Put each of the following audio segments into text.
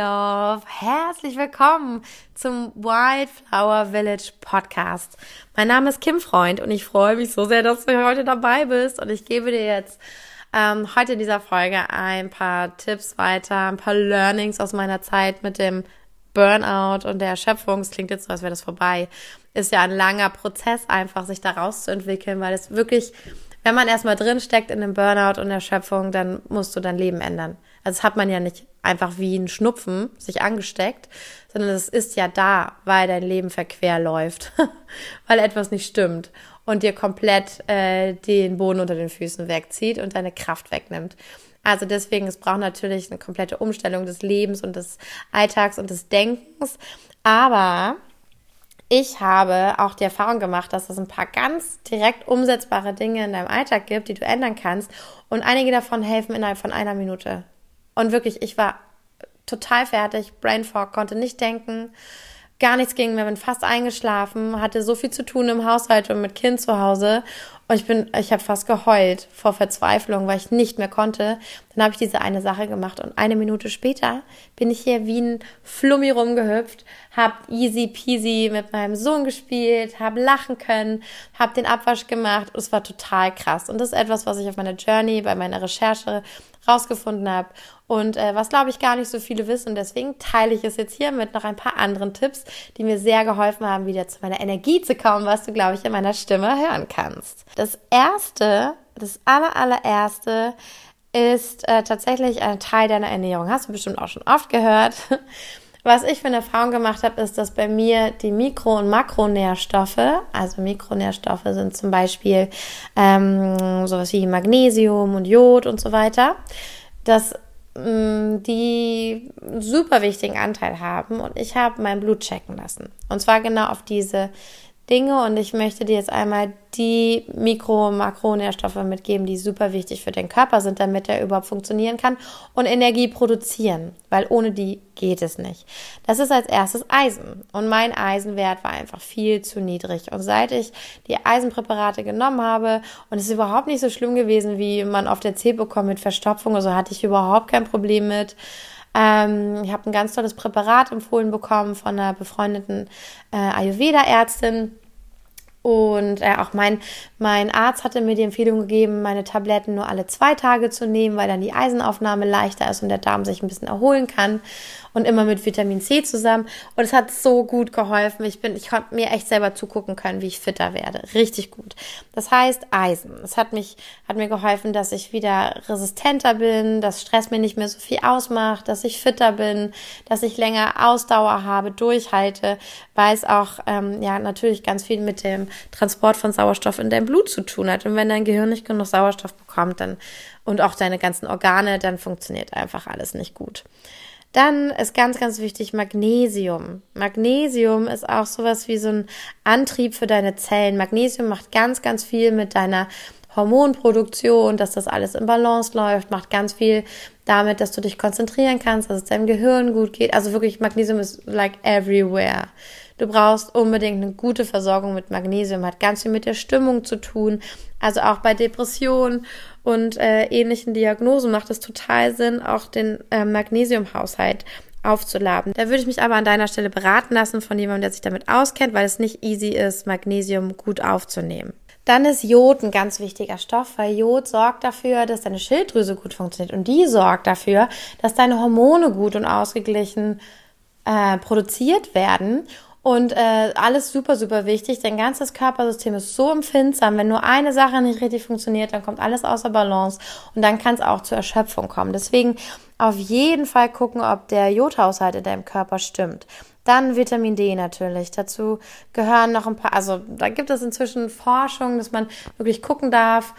Love, herzlich willkommen zum Wildflower Village Podcast. Mein Name ist Kim Freund und ich freue mich so sehr, dass du heute dabei bist und ich gebe dir jetzt heute in dieser Folge ein paar Tipps weiter, ein paar Learnings aus meiner Zeit mit dem Burnout und der Erschöpfung. Es klingt jetzt so, als wäre das vorbei. Ist ja ein langer Prozess einfach, sich da rauszuentwickeln, weil es wirklich, wenn man erstmal drin steckt in dem Burnout und Erschöpfung, dann musst du dein Leben ändern. Also das hat man ja nicht einfach wie ein Schnupfen sich angesteckt, sondern es ist ja da, weil dein Leben verquer läuft, weil etwas nicht stimmt und dir komplett den Boden unter den Füßen wegzieht und deine Kraft wegnimmt. Also deswegen, es braucht natürlich eine komplette Umstellung des Lebens und des Alltags und des Denkens, aber ich habe auch die Erfahrung gemacht, dass es ein paar ganz direkt umsetzbare Dinge in deinem Alltag gibt, die du ändern kannst und einige davon helfen innerhalb von 1 Minute. Und wirklich, ich war total fertig, Brain Fog, konnte nicht denken, gar nichts ging mehr, bin fast eingeschlafen, hatte so viel zu tun im Haushalt und mit Kind zu Hause und ich habe fast geheult vor Verzweiflung, weil ich nicht mehr konnte. Dann habe ich diese eine Sache gemacht und 1 Minute später bin ich hier wie ein Flummi rumgehüpft, habe easy peasy mit meinem Sohn gespielt, habe lachen können, habe den Abwasch gemacht und es war total krass. Und das ist etwas, was ich auf meiner Journey, bei meiner Recherche rausgefunden habe und was, glaube ich, gar nicht so viele wissen. Und deswegen teile ich es jetzt hier mit noch ein paar anderen Tipps, die mir sehr geholfen haben, wieder zu meiner Energie zu kommen, was du, glaube ich, in meiner Stimme hören kannst. Das allererste ist tatsächlich ein Teil deiner Ernährung. Hast du bestimmt auch schon oft gehört. Was ich für eine Erfahrung gemacht habe, ist, dass bei mir die Mikro- und Makronährstoffe, also Mikronährstoffe sind zum Beispiel sowas wie Magnesium und Jod und so weiter, dass die einen super wichtigen Anteil haben und ich habe mein Blut checken lassen. Und zwar genau auf diese Dinge und ich möchte dir jetzt einmal die Mikro- und Makronährstoffe mitgeben, die super wichtig für den Körper sind, damit er überhaupt funktionieren kann und Energie produzieren, weil ohne die geht es nicht. Das ist als erstes Eisen und mein Eisenwert war einfach viel zu niedrig und seit ich die Eisenpräparate genommen habe und es ist überhaupt nicht so schlimm gewesen, wie man oft erzählt bekommt mit Verstopfung, also hatte ich überhaupt kein Problem mit. Ich habe ein ganz tolles Präparat empfohlen bekommen von einer befreundeten Ayurveda-Ärztin und auch mein Arzt hatte mir die Empfehlung gegeben, meine Tabletten nur alle 2 Tage zu nehmen, weil dann die Eisenaufnahme leichter ist und der Darm sich ein bisschen erholen kann und immer mit Vitamin C zusammen und es hat so gut geholfen. Ich konnte mir echt selber zugucken können, wie ich fitter werde. Richtig gut. Das heißt Eisen. Es hat mir geholfen, dass ich wieder resistenter bin, dass Stress mir nicht mehr so viel ausmacht, dass ich fitter bin, dass ich länger Ausdauer habe, durchhalte, weil es auch natürlich ganz viel mit dem Transport von Sauerstoff in dein Blut zu tun hat. Und wenn dein Gehirn nicht genug Sauerstoff bekommt, dann und auch deine ganzen Organe, dann funktioniert einfach alles nicht gut. Dann ist ganz, ganz wichtig Magnesium. Magnesium ist auch sowas wie so ein Antrieb für deine Zellen. Magnesium macht ganz, ganz viel mit deiner Hormonproduktion, dass das alles im Balance läuft, macht ganz viel damit, dass du dich konzentrieren kannst, dass es deinem Gehirn gut geht. Also wirklich, Magnesium ist like everywhere. Du brauchst unbedingt eine gute Versorgung mit Magnesium, hat ganz viel mit der Stimmung zu tun. Also auch bei Depressionen und ähnlichen Diagnosen macht es total Sinn, auch den Magnesiumhaushalt aufzuladen. Da würde ich mich aber an deiner Stelle beraten lassen von jemandem, der sich damit auskennt, weil es nicht easy ist, Magnesium gut aufzunehmen. Dann ist Jod ein ganz wichtiger Stoff, weil Jod sorgt dafür, dass deine Schilddrüse gut funktioniert und die sorgt dafür, dass deine Hormone gut und ausgeglichen produziert werden. Und alles super, super wichtig. Dein ganzes Körpersystem ist so empfindsam. Wenn nur eine Sache nicht richtig funktioniert, dann kommt alles außer Balance und dann kann es auch zur Erschöpfung kommen. Deswegen auf jeden Fall gucken, ob der Jodhaushalt in deinem Körper stimmt. Dann Vitamin D natürlich. Dazu gehören noch ein paar, also da gibt es inzwischen Forschung, dass man wirklich gucken darf,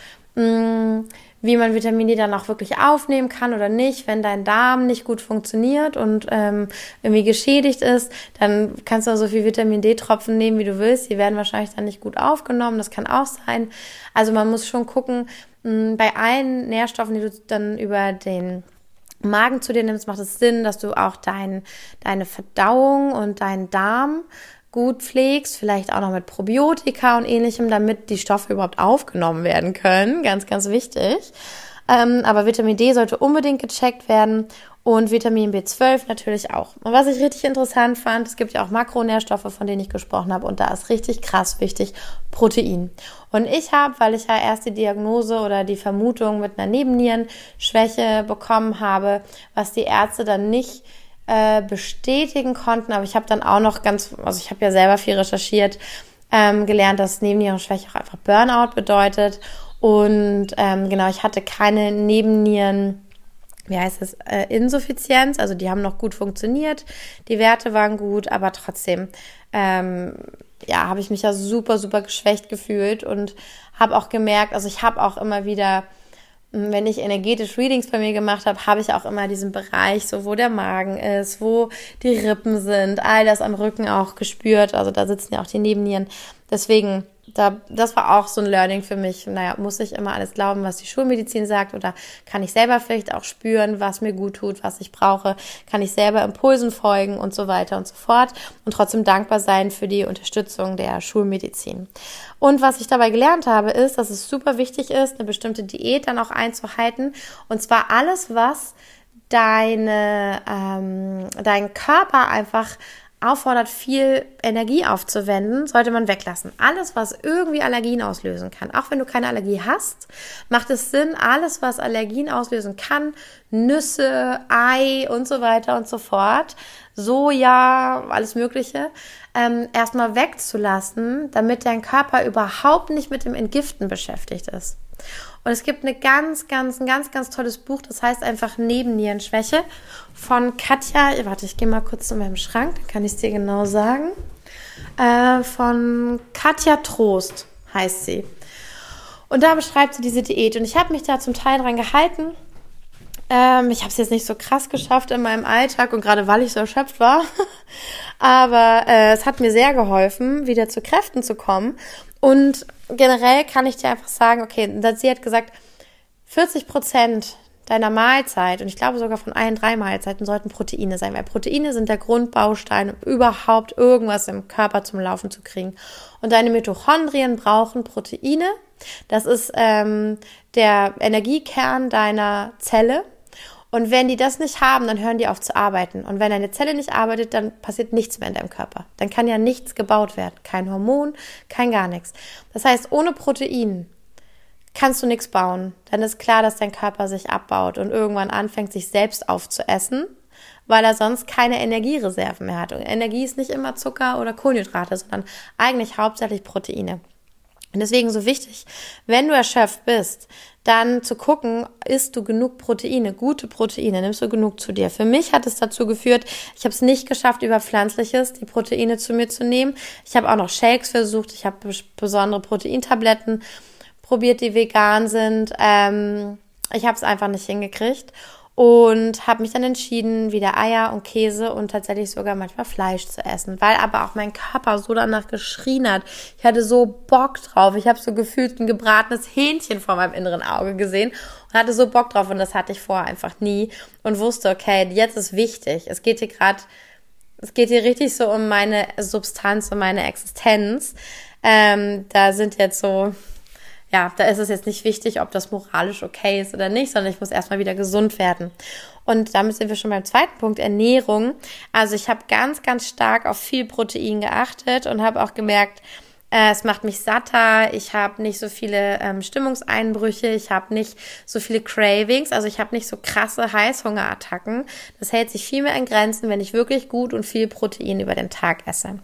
wie man Vitamin D dann auch wirklich aufnehmen kann oder nicht. Wenn dein Darm nicht gut funktioniert und irgendwie geschädigt ist, dann kannst du so viel Vitamin D-Tropfen nehmen, wie du willst. Die werden wahrscheinlich dann nicht gut aufgenommen. Das kann auch sein. Also man muss schon gucken, bei allen Nährstoffen, die du dann über den Magen zu dir nimmst, macht es Sinn, dass du auch deine Verdauung und deinen Darm gut pflegst, vielleicht auch noch mit Probiotika und Ähnlichem, damit die Stoffe überhaupt aufgenommen werden können. Ganz, ganz wichtig. Aber Vitamin D sollte unbedingt gecheckt werden und Vitamin B12 natürlich auch. Und was ich richtig interessant fand, es gibt ja auch Makronährstoffe, von denen ich gesprochen habe, und da ist richtig krass wichtig Protein. Und ich habe, weil ich ja erst die Diagnose oder die Vermutung mit einer Nebennierenschwäche bekommen habe, was die Ärzte dann nicht bestätigen konnten, aber ich habe dann auch noch ich habe ja selber viel recherchiert, gelernt, dass Nebennierenschwäche auch einfach Burnout bedeutet. Und genau, ich hatte keine Insuffizienz, also die haben noch gut funktioniert, die Werte waren gut, aber trotzdem, habe ich mich ja super, super geschwächt gefühlt und habe auch gemerkt, also ich habe auch immer wieder, wenn ich energetisch Readings bei mir gemacht habe, habe ich auch immer diesen Bereich, so wo der Magen ist, wo die Rippen sind, all das am Rücken auch gespürt, also da sitzen ja auch die Nebennieren, deswegen das war auch so ein Learning für mich. Muss ich immer alles glauben, was die Schulmedizin sagt, oder kann ich selber vielleicht auch spüren, was mir gut tut, was ich brauche? Kann ich selber Impulsen folgen und so weiter und so fort und trotzdem dankbar sein für die Unterstützung der Schulmedizin. Und was ich dabei gelernt habe, ist, dass es super wichtig ist, eine bestimmte Diät dann auch einzuhalten, und zwar alles, was dein Körper einfach auffordert, viel Energie aufzuwenden, sollte man weglassen. Alles, was irgendwie Allergien auslösen kann, auch wenn du keine Allergie hast, macht es Sinn, alles, was Allergien auslösen kann, Nüsse, Ei und so weiter und so fort, Soja, alles Mögliche, erstmal wegzulassen, damit dein Körper überhaupt nicht mit dem Entgiften beschäftigt ist. Und es gibt ein ganz, ganz tolles Buch, das heißt einfach Nebennierenschwäche von Katja, warte, ich gehe mal kurz zu meinem Schrank, dann kann ich es dir genau sagen, von Katja Trost heißt sie. Und da beschreibt sie diese Diät und ich habe mich da zum Teil dran gehalten. Ich habe es jetzt nicht so krass geschafft in meinem Alltag und gerade weil ich so erschöpft war, aber es hat mir sehr geholfen, wieder zu Kräften zu kommen. Und generell kann ich dir einfach sagen, okay, sie hat gesagt, 40% deiner Mahlzeit, und ich glaube sogar von allen 3 Mahlzeiten, sollten Proteine sein, weil Proteine sind der Grundbaustein, um überhaupt irgendwas im Körper zum Laufen zu kriegen. Und deine Mitochondrien brauchen Proteine. Das ist der Energiekern deiner Zelle. Und wenn die das nicht haben, dann hören die auf zu arbeiten. Und wenn deine Zelle nicht arbeitet, dann passiert nichts mehr in deinem Körper. Dann kann ja nichts gebaut werden. Kein Hormon, kein gar nichts. Das heißt, ohne Protein kannst du nichts bauen. Dann ist klar, dass dein Körper sich abbaut und irgendwann anfängt, sich selbst aufzuessen, weil er sonst keine Energiereserven mehr hat. Und Energie ist nicht immer Zucker oder Kohlenhydrate, sondern eigentlich hauptsächlich Proteine. Und deswegen so wichtig, wenn du erschöpft bist, dann zu gucken, isst du genug Proteine, gute Proteine, nimmst du genug zu dir. Für mich hat es dazu geführt, ich habe es nicht geschafft, über Pflanzliches die Proteine zu mir zu nehmen. Ich habe auch noch Shakes versucht, ich habe besondere Proteintabletten probiert, die vegan sind. Ich habe es einfach nicht hingekriegt. Und habe mich dann entschieden, wieder Eier und Käse und tatsächlich sogar manchmal Fleisch zu essen, weil aber auch mein Körper so danach geschrien hat. Ich hatte so Bock drauf. Ich habe so gefühlt ein gebratenes Hähnchen vor meinem inneren Auge gesehen und hatte so Bock drauf, und das hatte ich vorher einfach nie und wusste, okay, jetzt ist wichtig. Es geht hier richtig so um meine Substanz, um meine Existenz. Da sind jetzt so... Ja, da ist es jetzt nicht wichtig, ob das moralisch okay ist oder nicht, sondern ich muss erstmal wieder gesund werden. Und damit sind wir schon beim zweiten Punkt, Ernährung. Also ich habe ganz stark auf viel Protein geachtet und habe auch gemerkt, es macht mich satter, ich habe nicht so viele Stimmungseinbrüche, ich habe nicht so viele Cravings, also ich habe nicht so krasse Heißhungerattacken. Das hält sich viel mehr in Grenzen, wenn ich wirklich gut und viel Protein über den Tag esse.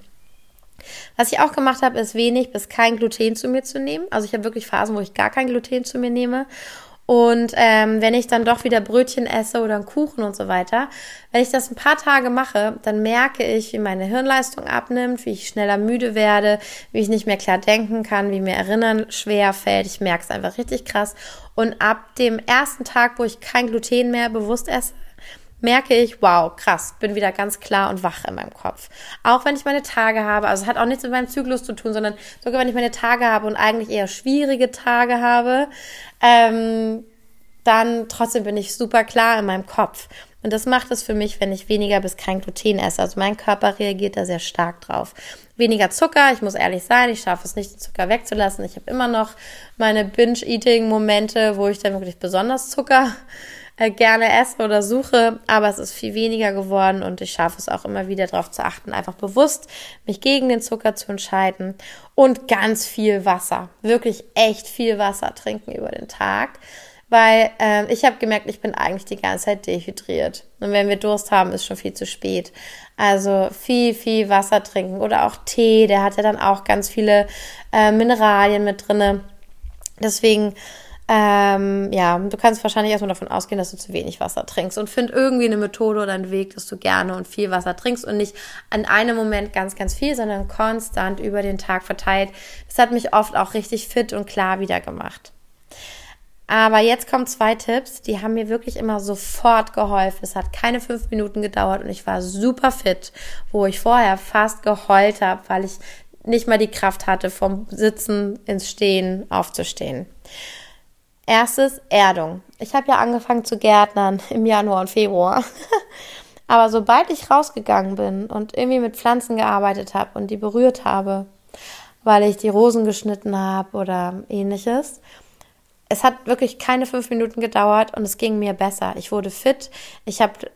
Was ich auch gemacht habe, ist wenig bis kein Gluten zu mir zu nehmen. Also ich habe wirklich Phasen, wo ich gar kein Gluten zu mir nehme. Und wenn ich dann doch wieder Brötchen esse oder einen Kuchen und so weiter, wenn ich das ein paar Tage mache, dann merke ich, wie meine Hirnleistung abnimmt, wie ich schneller müde werde, wie ich nicht mehr klar denken kann, wie mir Erinnern schwer fällt. Ich merke es einfach richtig krass. Und ab dem ersten Tag, wo ich kein Gluten mehr bewusst esse, merke ich, wow, krass, bin wieder ganz klar und wach in meinem Kopf. Auch wenn ich meine Tage habe, also es hat auch nichts mit meinem Zyklus zu tun, sondern sogar wenn ich meine Tage habe und eigentlich eher schwierige Tage habe, dann trotzdem bin ich super klar in meinem Kopf. Und das macht es für mich, wenn ich weniger bis kein Gluten esse. Also mein Körper reagiert da sehr stark drauf. Weniger Zucker, ich muss ehrlich sein, ich schaffe es nicht, den Zucker wegzulassen. Ich habe immer noch meine Binge-Eating-Momente, wo ich dann wirklich besonders Zucker gerne esse oder suche, aber es ist viel weniger geworden und ich schaffe es auch immer wieder darauf zu achten, einfach bewusst mich gegen den Zucker zu entscheiden und ganz viel Wasser, wirklich echt viel Wasser trinken über den Tag, weil ich habe gemerkt, ich bin eigentlich die ganze Zeit dehydriert und wenn wir Durst haben, ist schon viel zu spät. Also viel, viel Wasser trinken oder auch Tee, der hat ja dann auch ganz viele Mineralien mit drinne, deswegen du kannst wahrscheinlich erstmal davon ausgehen, dass du zu wenig Wasser trinkst und find irgendwie eine Methode oder einen Weg, dass du gerne und viel Wasser trinkst und nicht an einem Moment ganz, ganz viel, sondern konstant über den Tag verteilt. Das hat mich oft auch richtig fit und klar wieder gemacht. Aber jetzt kommen 2 Tipps, die haben mir wirklich immer sofort geholfen. Es hat keine 5 Minuten gedauert und ich war super fit, wo ich vorher fast geheult habe, weil ich nicht mal die Kraft hatte, vom Sitzen ins Stehen aufzustehen. Erstes, Erdung. Ich habe ja angefangen zu gärtnern im Januar und Februar. Aber sobald ich rausgegangen bin und irgendwie mit Pflanzen gearbeitet habe und die berührt habe, weil ich die Rosen geschnitten habe oder ähnliches, es hat wirklich keine 5 Minuten gedauert und es ging mir besser. Ich wurde fit. Ich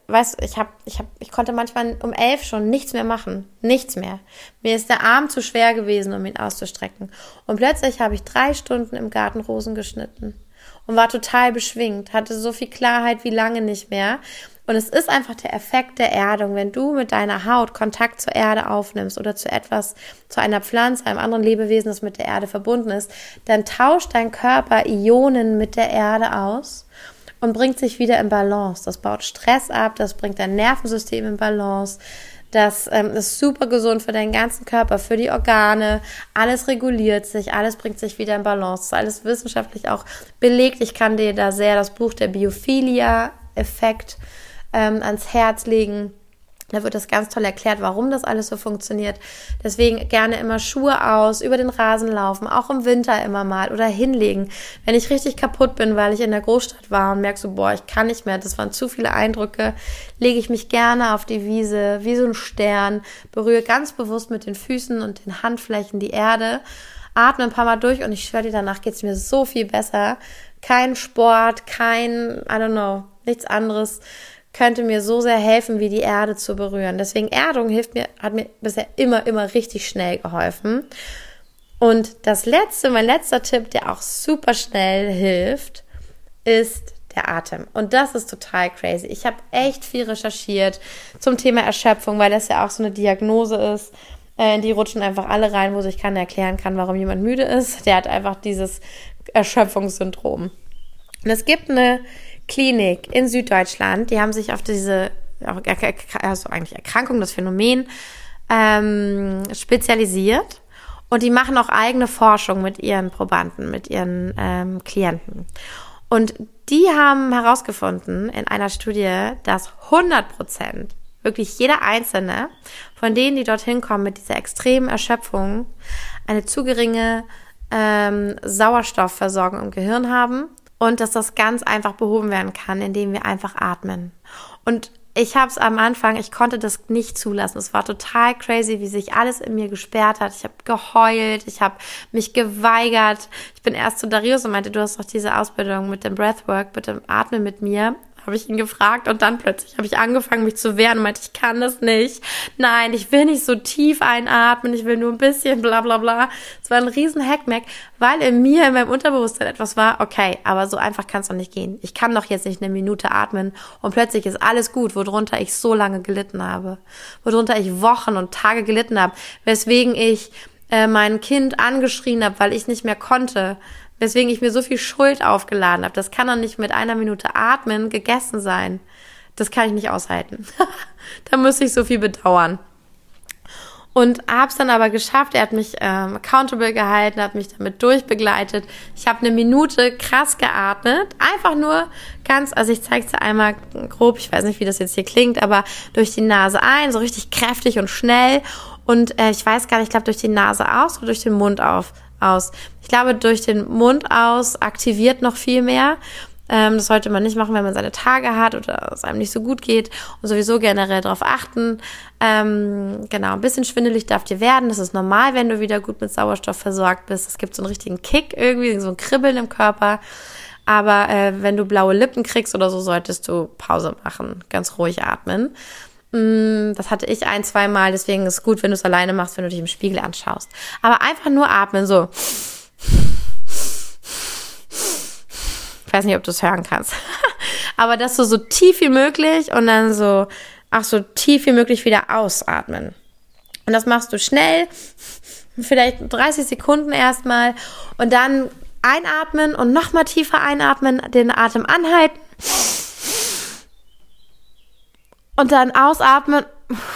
konnte manchmal um 11 schon nichts mehr machen. Nichts mehr. Mir ist der Arm zu schwer gewesen, um ihn auszustrecken. Und plötzlich habe ich 3 Stunden im Garten Rosen geschnitten. Und war total beschwingt, hatte so viel Klarheit wie lange nicht mehr. Und es ist einfach der Effekt der Erdung. Wenn du mit deiner Haut Kontakt zur Erde aufnimmst oder zu einer Pflanze, einem anderen Lebewesen, das mit der Erde verbunden ist, dann tauscht dein Körper Ionen mit der Erde aus und bringt sich wieder in Balance. Das baut Stress ab, das bringt dein Nervensystem in Balance. Das ist super gesund für deinen ganzen Körper, für die Organe. Alles reguliert sich, alles bringt sich wieder in Balance. Das ist alles wissenschaftlich auch belegt. Ich kann dir da sehr das Buch der Biophilia-Effekt ans Herz legen. Da wird das ganz toll erklärt, warum das alles so funktioniert. Deswegen gerne immer Schuhe aus, über den Rasen laufen, auch im Winter immer mal oder hinlegen. Wenn ich richtig kaputt bin, weil ich in der Großstadt war und merke so, ich kann nicht mehr, das waren zu viele Eindrücke, lege ich mich gerne auf die Wiese, wie so ein Stern, berühre ganz bewusst mit den Füßen und den Handflächen die Erde, atme ein paar Mal durch und ich schwöre dir, danach geht es mir so viel besser. Kein Sport, nichts anderes könnte mir so sehr helfen, wie die Erde zu berühren. Deswegen Erdung hat mir bisher immer richtig schnell geholfen. Und mein letzter Tipp, der auch super schnell hilft, ist der Atem. Und das ist total crazy. Ich habe echt viel recherchiert zum Thema Erschöpfung, weil das ja auch so eine Diagnose ist. Die rutschen einfach alle rein, wo sich keiner erklären kann, warum jemand müde ist. Der hat einfach dieses Erschöpfungssyndrom. Und es gibt eine Klinik in Süddeutschland, die haben sich auf diese Erkrankung, das Phänomen spezialisiert und die machen auch eigene Forschung mit ihren Probanden, mit ihren Klienten. Und die haben herausgefunden in einer Studie, dass 100%, wirklich jeder Einzelne von denen, die dorthin kommen mit dieser extremen Erschöpfung, eine zu geringe Sauerstoffversorgung im Gehirn haben. Und dass das ganz einfach behoben werden kann, indem wir einfach atmen. Und ich habe es am Anfang, ich konnte das nicht zulassen. Es war total crazy, wie sich alles in mir gesperrt hat. Ich habe geheult, ich habe mich geweigert. Ich bin erst zu Darius und meinte, du hast doch diese Ausbildung mit dem Breathwork, bitte atme mit mir. Habe ich ihn gefragt und dann plötzlich habe ich angefangen, mich zu wehren und meinte, ich kann das nicht. Nein, ich will nicht so tief einatmen, ich will nur ein bisschen bla bla bla. Es war ein riesen Hackmack, weil in meinem Unterbewusstsein etwas war, okay, aber so einfach kann es doch nicht gehen. Ich kann doch jetzt nicht 1 Minute atmen und plötzlich ist alles gut, worunter ich so lange gelitten habe. Worunter ich Wochen und Tage gelitten habe, weswegen ich mein Kind angeschrien habe, weil ich nicht mehr konnte. Weswegen ich mir so viel Schuld aufgeladen habe. Das kann doch nicht mit 1 Minute atmen gegessen sein. Das kann ich nicht aushalten. Da müsste ich so viel bedauern. Und habe es dann aber geschafft. Er hat mich accountable gehalten, hat mich damit durchbegleitet. Ich habe 1 Minute krass geatmet. Einfach nur ich zeige es dir einmal grob, ich weiß nicht, wie das jetzt hier klingt, aber durch die Nase ein, so richtig kräftig und schnell. Und ich weiß gar nicht, ich glaube durch die Nase aus oder durch den Mund aus. Ich glaube, durch den Mund aus aktiviert noch viel mehr. Das sollte man nicht machen, wenn man seine Tage hat oder es einem nicht so gut geht und sowieso generell darauf achten. Genau, ein bisschen schwindelig darf dir werden. Das ist normal, wenn du wieder gut mit Sauerstoff versorgt bist. Es gibt so einen richtigen Kick irgendwie, so ein Kribbeln im Körper. Aber wenn du blaue Lippen kriegst oder so, solltest du Pause machen, ganz ruhig atmen. Das hatte ich 1-2 Mal, deswegen ist es gut, wenn du es alleine machst, wenn du dich im Spiegel anschaust. Aber einfach nur atmen, so. Ich weiß nicht, ob du es hören kannst. Aber das so tief wie möglich und dann so tief wie möglich wieder ausatmen. Und das machst du schnell, vielleicht 30 Sekunden erstmal und dann einatmen und nochmal tiefer einatmen, den Atem anhalten und dann ausatmen,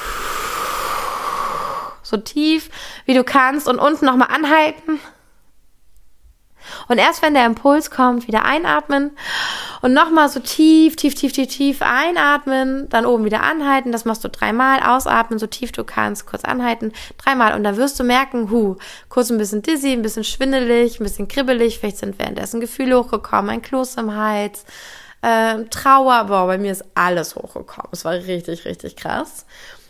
so tief wie du kannst und unten nochmal anhalten. Und erst wenn der Impuls kommt, wieder einatmen und nochmal so tief einatmen, dann oben wieder anhalten. Das machst du 3-mal, ausatmen, so tief du kannst, kurz anhalten, 3-mal. Und dann wirst du merken, kurz ein bisschen dizzy, ein bisschen schwindelig, ein bisschen kribbelig, vielleicht sind währenddessen Gefühle hochgekommen, ein Kloß im Hals, Trauer, bei mir ist alles hochgekommen. Es war richtig, richtig krass.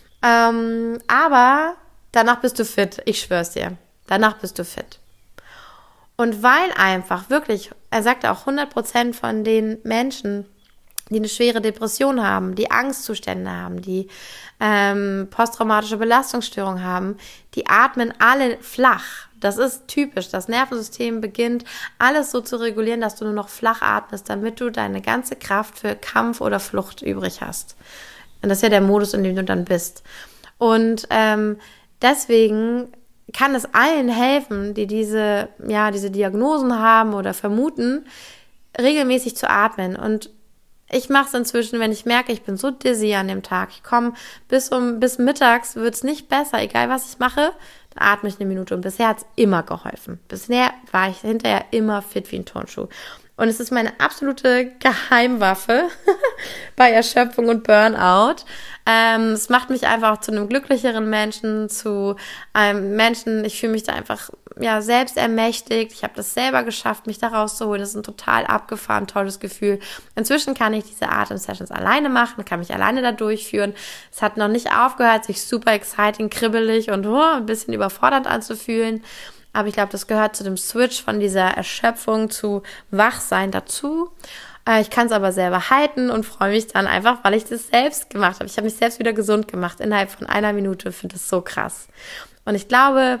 Aber danach bist du fit, ich schwör's dir. Danach bist du fit. Und weil einfach wirklich, er sagte auch 100% von den Menschen, die eine schwere Depression haben, die Angstzustände haben, die posttraumatische Belastungsstörung haben, die atmen alle flach. Das ist typisch. Das Nervensystem beginnt alles so zu regulieren, dass du nur noch flach atmest, damit du deine ganze Kraft für Kampf oder Flucht übrig hast. Und das ist ja der Modus, in dem du dann bist. Und deswegen kann es allen helfen, die diese Diagnosen haben oder vermuten, regelmäßig zu atmen. Und ich mache es inzwischen, wenn ich merke, ich bin so dizzy an dem Tag. Ich komme bis mittags, wird es nicht besser, egal was ich mache, dann atme ich 1 Minute. Und bisher hat es immer geholfen. Bisher war ich hinterher immer fit wie ein Turnschuh. Und es ist meine absolute Geheimwaffe bei Erschöpfung und Burnout. Es macht mich einfach zu einem glücklicheren Menschen, zu einem Menschen, ich fühle mich da einfach selbst ermächtigt. Ich habe das selber geschafft, mich da rauszuholen. Das ist ein total abgefahren, tolles Gefühl. Inzwischen kann ich diese Atem-Sessions alleine machen, kann mich alleine da durchführen. Es hat noch nicht aufgehört, sich super exciting, kribbelig und ein bisschen überfordernd anzufühlen. Aber ich glaube, das gehört zu dem Switch von dieser Erschöpfung zu Wachsein dazu. Ich kann es aber selber halten und freue mich dann einfach, weil ich das selbst gemacht habe. Ich habe mich selbst wieder gesund gemacht innerhalb von 1 Minute. Ich finde das so krass. Und ich glaube,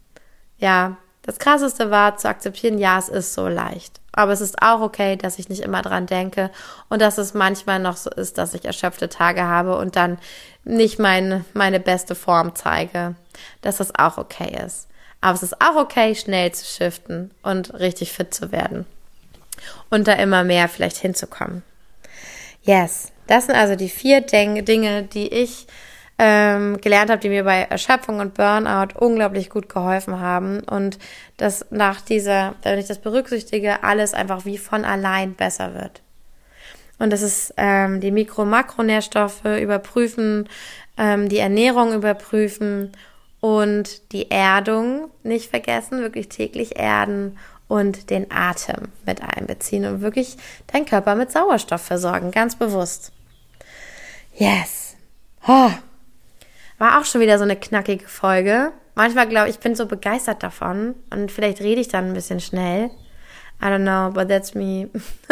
das Krasseste war zu akzeptieren, es ist so leicht. Aber es ist auch okay, dass ich nicht immer dran denke und dass es manchmal noch so ist, dass ich erschöpfte Tage habe und dann nicht meine beste Form zeige. Dass das auch okay ist. Aber es ist auch okay, schnell zu shiften und richtig fit zu werden. Und da immer mehr vielleicht hinzukommen. Yes, das sind also die 4 Dinge, die ich gelernt habe, die mir bei Erschöpfung und Burnout unglaublich gut geholfen haben. Und dass wenn ich das berücksichtige, alles einfach wie von allein besser wird. Und das ist die Mikro- und Makronährstoffe überprüfen, die Ernährung überprüfen und die Erdung nicht vergessen, wirklich täglich erden und den Atem mit einbeziehen und wirklich deinen Körper mit Sauerstoff versorgen, ganz bewusst. Yes. War auch schon wieder so eine knackige Folge. Manchmal glaube ich, bin so begeistert davon und vielleicht rede ich dann ein bisschen schnell. I don't know, but that's me.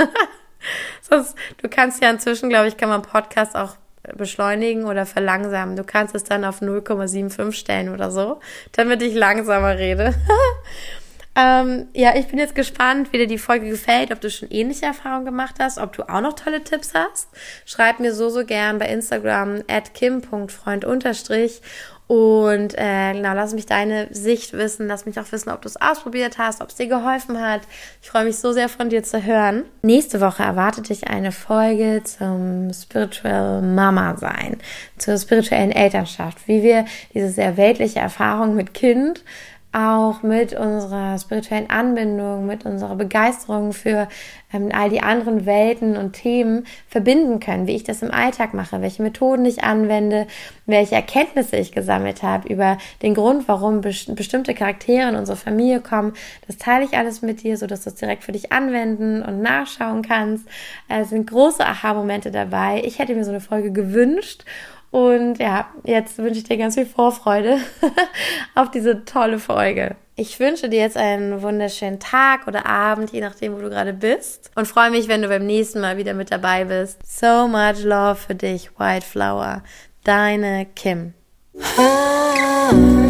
Du kannst ja inzwischen, glaube ich, kann man Podcast auch beschleunigen oder verlangsamen. Du kannst es dann auf 0,75 stellen oder so, damit ich langsamer rede. Ich bin jetzt gespannt, wie dir die Folge gefällt, ob du schon ähnliche Erfahrungen gemacht hast, ob du auch noch tolle Tipps hast. Schreib mir so gern bei Instagram @kim.freund_ und lass mich deine Sicht wissen, lass mich auch wissen, ob du es ausprobiert hast, ob es dir geholfen hat. Ich freue mich so sehr von dir zu hören. Nächste Woche erwartet dich eine Folge zum Spiritual Mama sein, zur spirituellen Elternschaft, wie wir diese sehr weltliche Erfahrung mit Kind auch mit unserer spirituellen Anbindung, mit unserer Begeisterung für all die anderen Welten und Themen verbinden können, wie ich das im Alltag mache, welche Methoden ich anwende, welche Erkenntnisse ich gesammelt habe über den Grund, warum bestimmte Charaktere in unsere Familie kommen. Das teile ich alles mit dir, sodass du es direkt für dich anwenden und nachschauen kannst. Es sind große Aha-Momente dabei. Ich hätte mir so eine Folge gewünscht. Und ja, jetzt wünsche ich dir ganz viel Vorfreude auf diese tolle Folge. Ich wünsche dir jetzt einen wunderschönen Tag oder Abend, je nachdem, wo du gerade bist. Und freue mich, wenn du beim nächsten Mal wieder mit dabei bist. So much love für dich, White Flower. Deine Kim.